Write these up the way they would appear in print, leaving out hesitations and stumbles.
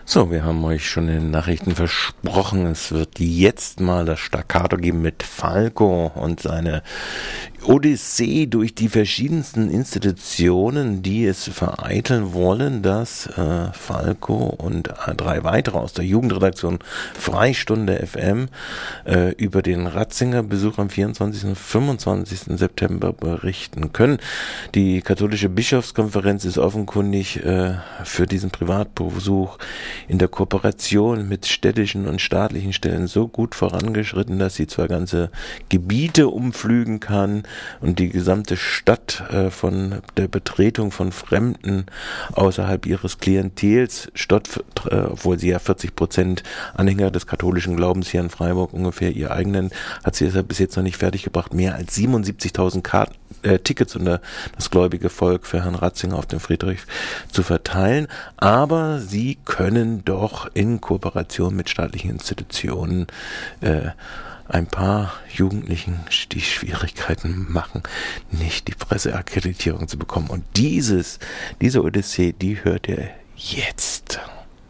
So, wir haben euch schon in den Nachrichten versprochen, es wird jetzt mal das Staccato geben mit Falco und seine Odyssee durch die verschiedensten Institutionen, die es vereiteln wollen, dass Falco und drei weitere aus der Jugendredaktion Freistunde FM über den Ratzinger Besuch am 24. und 25. September berichten können. Die katholische Bischofskonferenz ist offenkundig für diesen Privatbesuch in der Kooperation mit städtischen und staatlichen Stellen so gut vorangeschritten, dass sie zwar ganze Gebiete umflügen kann und die gesamte Stadt von der Betretung von Fremden außerhalb ihres Klientels, obwohl sie ja 40% Anhänger des katholischen Glaubens hier in Freiburg ungefähr ihr eigenen, hat sie deshalb bis jetzt noch nicht fertiggebracht, mehr als 77.000 Tickets unter das gläubige Volk für Herrn Ratzinger auf dem Friedrich zu verteilen, aber sie können doch in Kooperation mit staatlichen Institutionen ein paar Jugendlichen die Schwierigkeiten machen, nicht die Presseakkreditierung zu bekommen. Und diese Odyssee, die hört ihr jetzt.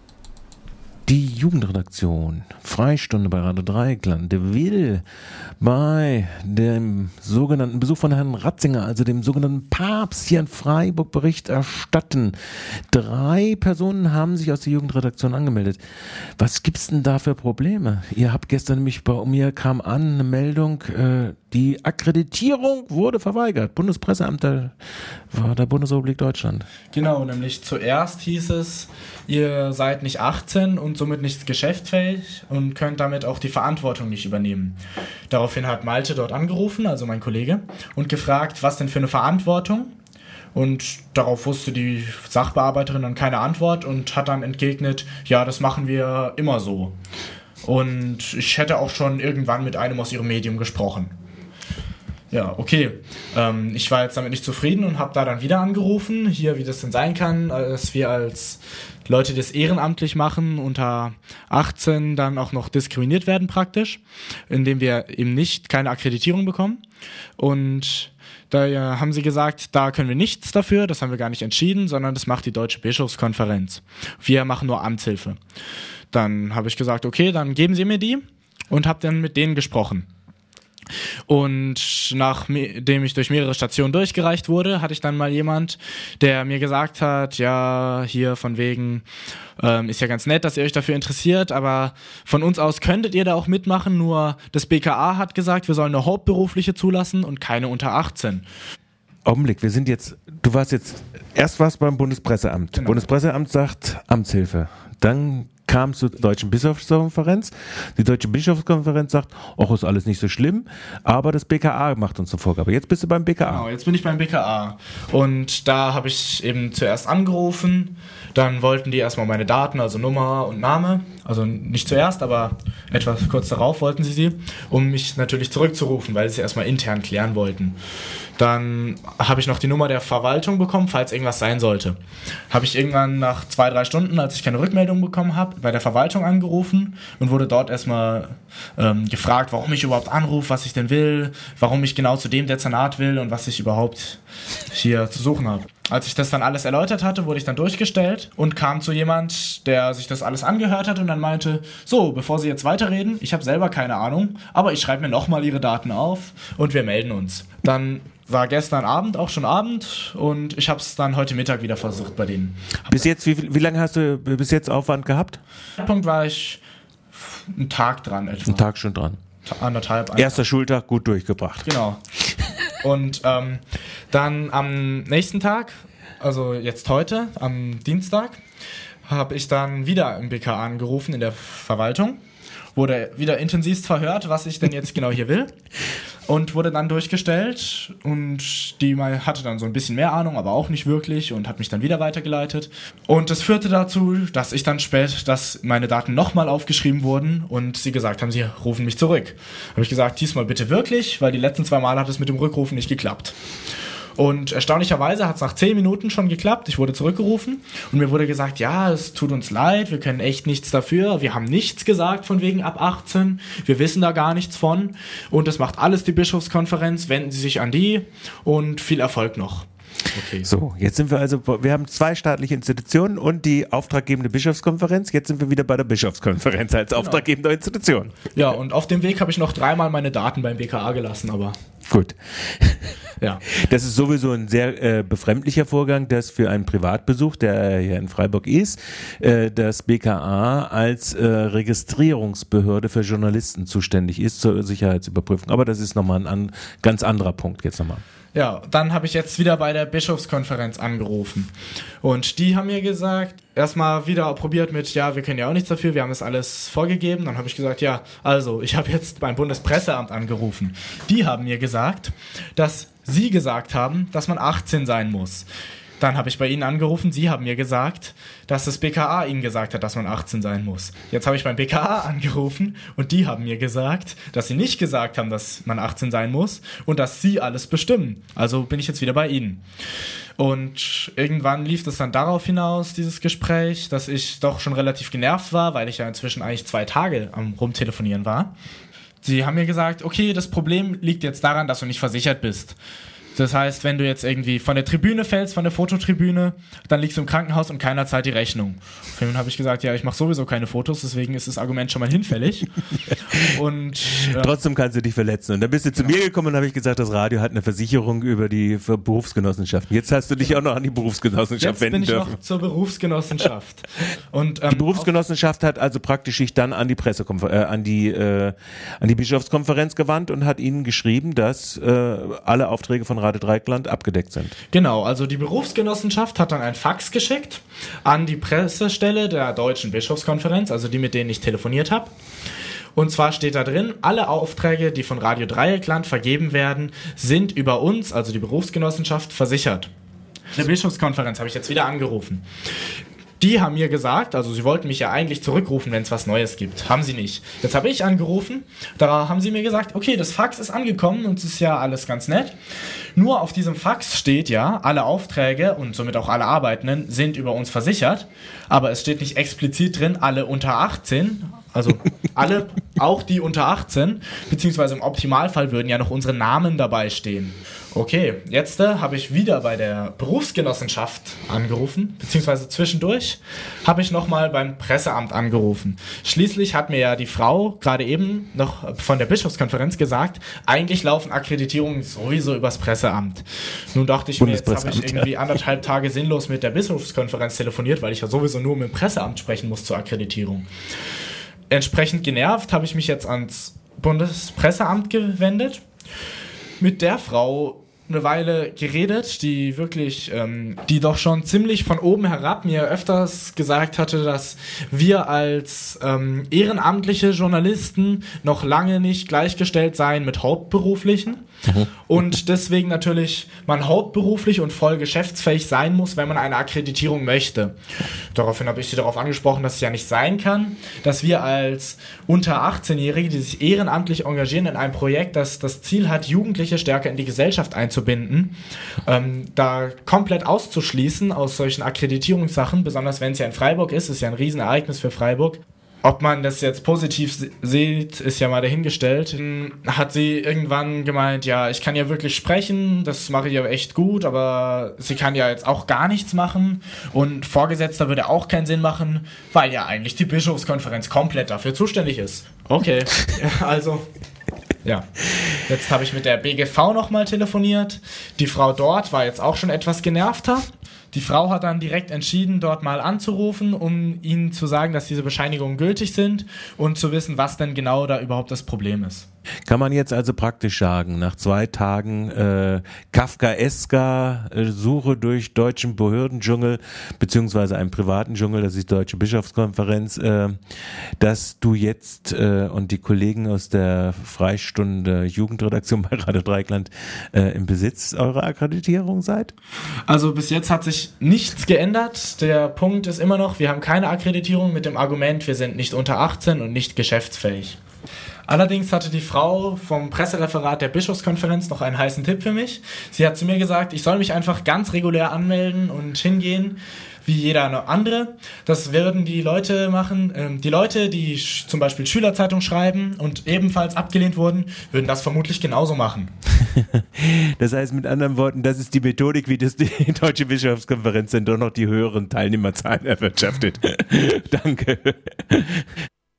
Die Jugendredaktion Freistunde bei Radio Dreieckland will bei dem sogenannten Besuch von Herrn Ratzinger, also dem sogenannten Papst hier in Freiburg, Bericht erstatten. 3 Personen haben sich aus der Jugendredaktion angemeldet. Was gibt's denn da für Probleme? Ihr habt gestern nämlich, bei mir kam an eine Meldung, die Akkreditierung wurde verweigert. Bundespresseamt der Bundesrepublik Deutschland. Genau, nämlich zuerst hieß es, ihr seid nicht 18 und somit nicht geschäftsfähig und könnt damit auch die Verantwortung nicht übernehmen. Daraufhin hat Malte dort angerufen, also mein Kollege, und gefragt, was denn für eine Verantwortung. Und darauf wusste die Sachbearbeiterin dann keine Antwort und hat dann entgegnet, ja, das machen wir immer so. Und ich hätte auch schon irgendwann mit einem aus ihrem Medium gesprochen. Ja, okay. Ich war jetzt damit nicht zufrieden und habe da dann wieder angerufen, hier wie das denn sein kann, dass wir als Leute, die das ehrenamtlich machen, unter 18 dann auch noch diskriminiert werden praktisch, indem wir eben keine Akkreditierung bekommen. Und da haben sie gesagt, da können wir nichts dafür, das haben wir gar nicht entschieden, sondern das macht die Deutsche Bischofskonferenz. Wir machen nur Amtshilfe. Dann habe ich gesagt, okay, dann geben Sie mir die und habe dann mit denen gesprochen. Und nachdem ich durch mehrere Stationen durchgereicht wurde, hatte ich dann mal jemand, der mir gesagt hat, ja, hier von wegen, ist ja ganz nett, dass ihr euch dafür interessiert, aber von uns aus könntet ihr da auch mitmachen, nur das BKA hat gesagt, wir sollen eine Hauptberufliche zulassen und keine unter 18. Augenblick, erst warst du beim Bundespresseamt. Genau. Bundespresseamt sagt Amtshilfe. Dann kam zur Deutschen Bischofskonferenz. Die Deutsche Bischofskonferenz sagt, ach, ist alles nicht so schlimm, aber das BKA macht uns eine Vorgabe. Jetzt bist du beim BKA. Genau, jetzt bin ich beim BKA. Und da habe ich eben zuerst angerufen, dann wollten die erstmal meine Daten, also Nummer und Name, also nicht zuerst, aber etwas kurz darauf wollten sie, um mich natürlich zurückzurufen, weil sie es erstmal intern klären wollten. Dann habe ich noch die Nummer der Verwaltung bekommen, falls irgendwas sein sollte. Habe ich irgendwann nach 2-3 Stunden, als ich keine Rückmeldung bekommen habe, bei der Verwaltung angerufen und wurde dort erstmal gefragt, warum ich überhaupt anrufe, was ich denn will, warum ich genau zu dem Dezernat will und was ich überhaupt hier zu suchen habe. Als ich das dann alles erläutert hatte, wurde ich dann durchgestellt und kam zu jemand, der sich das alles angehört hat und dann meinte, so, bevor Sie jetzt weiterreden, ich habe selber keine Ahnung, aber ich schreibe mir nochmal Ihre Daten auf und wir melden uns. Dann war gestern Abend auch schon Abend und ich habe es dann heute Mittag wieder versucht bei denen. Bis jetzt, wie lange hast du bis jetzt Aufwand gehabt? Punkt war ich einen Tag dran etwa. Einen Tag schon dran. Anderthalb. Erster Schultag gut durchgebracht. Genau. Und dann am nächsten Tag, also jetzt heute, am Dienstag, habe ich dann wieder im BKA angerufen in der Verwaltung, wurde wieder intensivst verhört, was ich denn jetzt genau hier will und wurde dann durchgestellt und die hatte dann so ein bisschen mehr Ahnung, aber auch nicht wirklich und hat mich dann wieder weitergeleitet und das führte dazu, dass ich dann dass meine Daten nochmal aufgeschrieben wurden und sie gesagt haben, sie rufen mich zurück. Habe ich gesagt, diesmal bitte wirklich, weil die letzten 2 Mal hat es mit dem Rückrufen nicht geklappt. Und erstaunlicherweise hat es nach 10 Minuten schon geklappt. Ich wurde zurückgerufen und mir wurde gesagt, ja, es tut uns leid, wir können echt nichts dafür. Wir haben nichts gesagt von wegen ab 18. Wir wissen da gar nichts von. Und das macht alles die Bischofskonferenz. Wenden Sie sich an die und viel Erfolg noch. Okay. So, jetzt sind wir haben 2 staatliche Institutionen und die auftraggebende Bischofskonferenz. Jetzt sind wir wieder bei der Bischofskonferenz als auftraggebende Institution. Ja, und auf dem Weg habe ich noch 3-mal meine Daten beim BKA gelassen, aber... Gut. Ja. Das ist sowieso ein sehr befremdlicher Vorgang, dass für einen Privatbesuch, der hier in Freiburg ist, das BKA als Registrierungsbehörde für Journalisten zuständig ist zur Sicherheitsüberprüfung. Aber das ist nochmal ein ganz anderer Punkt jetzt nochmal. Ja, dann habe ich jetzt wieder bei der Bischofskonferenz angerufen. Und die haben mir gesagt, erstmal wieder probiert mit, ja, wir können ja auch nichts dafür, wir haben es alles vorgegeben. Dann habe ich gesagt, ja, also, ich habe jetzt beim Bundespresseamt angerufen. Die haben mir gesagt, dass sie gesagt haben, dass man 18 sein muss. Dann habe ich bei ihnen angerufen, sie haben mir gesagt, dass das BKA ihnen gesagt hat, dass man 18 sein muss. Jetzt habe ich beim BKA angerufen und die haben mir gesagt, dass sie nicht gesagt haben, dass man 18 sein muss und dass sie alles bestimmen. Also bin ich jetzt wieder bei ihnen. Und irgendwann lief das dann darauf hinaus, dieses Gespräch, dass ich doch schon relativ genervt war, weil ich ja inzwischen eigentlich 2 Tage am Rumtelefonieren war. Sie haben mir gesagt, okay, das Problem liegt jetzt daran, dass du nicht versichert bist. Das heißt, wenn du jetzt irgendwie von der Tribüne fällst, von der Fototribüne, dann liegst du im Krankenhaus und keiner zahlt die Rechnung. Dann habe ich gesagt, ja, ich mache sowieso keine Fotos, deswegen ist das Argument schon mal hinfällig. Und trotzdem kannst du dich verletzen. Und dann bist du zu mir gekommen und habe ich gesagt, das Radio hat eine Versicherung über die Berufsgenossenschaften. Jetzt hast du dich auch noch an die Berufsgenossenschaft wenden dürfen. Jetzt bin ich noch zur Berufsgenossenschaft. Und, die Berufsgenossenschaft hat also praktisch sich dann an die an die Bischofskonferenz gewandt und hat ihnen geschrieben, dass alle Aufträge von Radio Dreieckland abgedeckt sind. Genau, also die Berufsgenossenschaft hat dann ein Fax geschickt an die Pressestelle der Deutschen Bischofskonferenz, also die, mit denen ich telefoniert habe. Und zwar steht da drin, alle Aufträge, die von Radio Dreieckland vergeben werden, sind über uns, also die Berufsgenossenschaft, versichert. Der Bischofskonferenz habe ich jetzt wieder angerufen. Die haben mir gesagt, also sie wollten mich ja eigentlich zurückrufen, wenn es was Neues gibt. Haben sie nicht. Jetzt habe ich angerufen, da haben sie mir gesagt, okay, das Fax ist angekommen und es ist ja alles ganz nett. Nur auf diesem Fax steht ja, alle Aufträge und somit auch alle Arbeitenden sind über uns versichert, aber es steht nicht explizit drin, alle unter 18, also alle, auch die unter 18, beziehungsweise im Optimalfall würden ja noch unsere Namen dabei stehen. Okay, jetzt habe ich wieder bei der Berufsgenossenschaft angerufen, beziehungsweise zwischendurch habe ich nochmal beim Presseamt angerufen. Schließlich hat mir ja die Frau gerade eben noch von der Bischofskonferenz gesagt, eigentlich laufen Akkreditierungen sowieso übers Presseamt. Nun dachte ich mir, jetzt habe ich irgendwie 1,5 Tage sinnlos mit der Bischofskonferenz telefoniert, weil ich ja sowieso nur mit dem Presseamt sprechen muss zur Akkreditierung. Entsprechend genervt habe ich mich jetzt ans Bundespresseamt gewendet. Mit der Frau eine Weile geredet, die wirklich, die doch schon ziemlich von oben herab mir öfters gesagt hatte, dass wir als ehrenamtliche Journalisten noch lange nicht gleichgestellt seien mit Hauptberuflichen. Und deswegen natürlich man hauptberuflich und voll geschäftsfähig sein muss, wenn man eine Akkreditierung möchte. Daraufhin habe ich sie darauf angesprochen, dass es ja nicht sein kann, dass wir als unter 18-Jährige, die sich ehrenamtlich engagieren in einem Projekt, das das Ziel hat, Jugendliche stärker in die Gesellschaft einzubinden, da komplett auszuschließen aus solchen Akkreditierungssachen, besonders wenn es ja in Freiburg ist ja ein Riesenereignis für Freiburg. Ob man das jetzt positiv sieht, ist ja mal dahingestellt. Hat sie irgendwann gemeint, ja, ich kann ja wirklich sprechen, das mache ich ja echt gut, aber sie kann ja jetzt auch gar nichts machen und Vorgesetzter würde auch keinen Sinn machen, weil ja eigentlich die Bischofskonferenz komplett dafür zuständig ist. Okay, also... Ja, jetzt habe ich mit der BGV nochmal telefoniert. Die Frau dort war jetzt auch schon etwas genervter. Die Frau hat dann direkt entschieden, dort mal anzurufen, um ihnen zu sagen, dass diese Bescheinigungen gültig sind und zu wissen, was denn genau da überhaupt das Problem ist. Kann man jetzt also praktisch sagen, nach 2 Tagen kafkaesker Suche durch deutschen Behördendschungel, beziehungsweise einem privaten Dschungel, das ist die Deutsche Bischofskonferenz, dass du jetzt und die Kollegen aus der Freistunde Jugendredaktion bei Radio Dreieckland im Besitz eurer Akkreditierung seid? Also bis jetzt hat sich nichts geändert. Der Punkt ist immer noch, wir haben keine Akkreditierung mit dem Argument, wir sind nicht unter 18 und nicht geschäftsfähig. Allerdings hatte die Frau vom Pressereferat der Bischofskonferenz noch einen heißen Tipp für mich. Sie hat zu mir gesagt, ich soll mich einfach ganz regulär anmelden und hingehen, wie jeder andere. Das würden die Leute machen. Die Leute, die zum Beispiel Schülerzeitung schreiben und ebenfalls abgelehnt wurden, würden das vermutlich genauso machen. Das heißt mit anderen Worten, das ist die Methodik, wie das die Deutsche Bischofskonferenz dann doch noch die höheren Teilnehmerzahlen erwirtschaftet. Danke.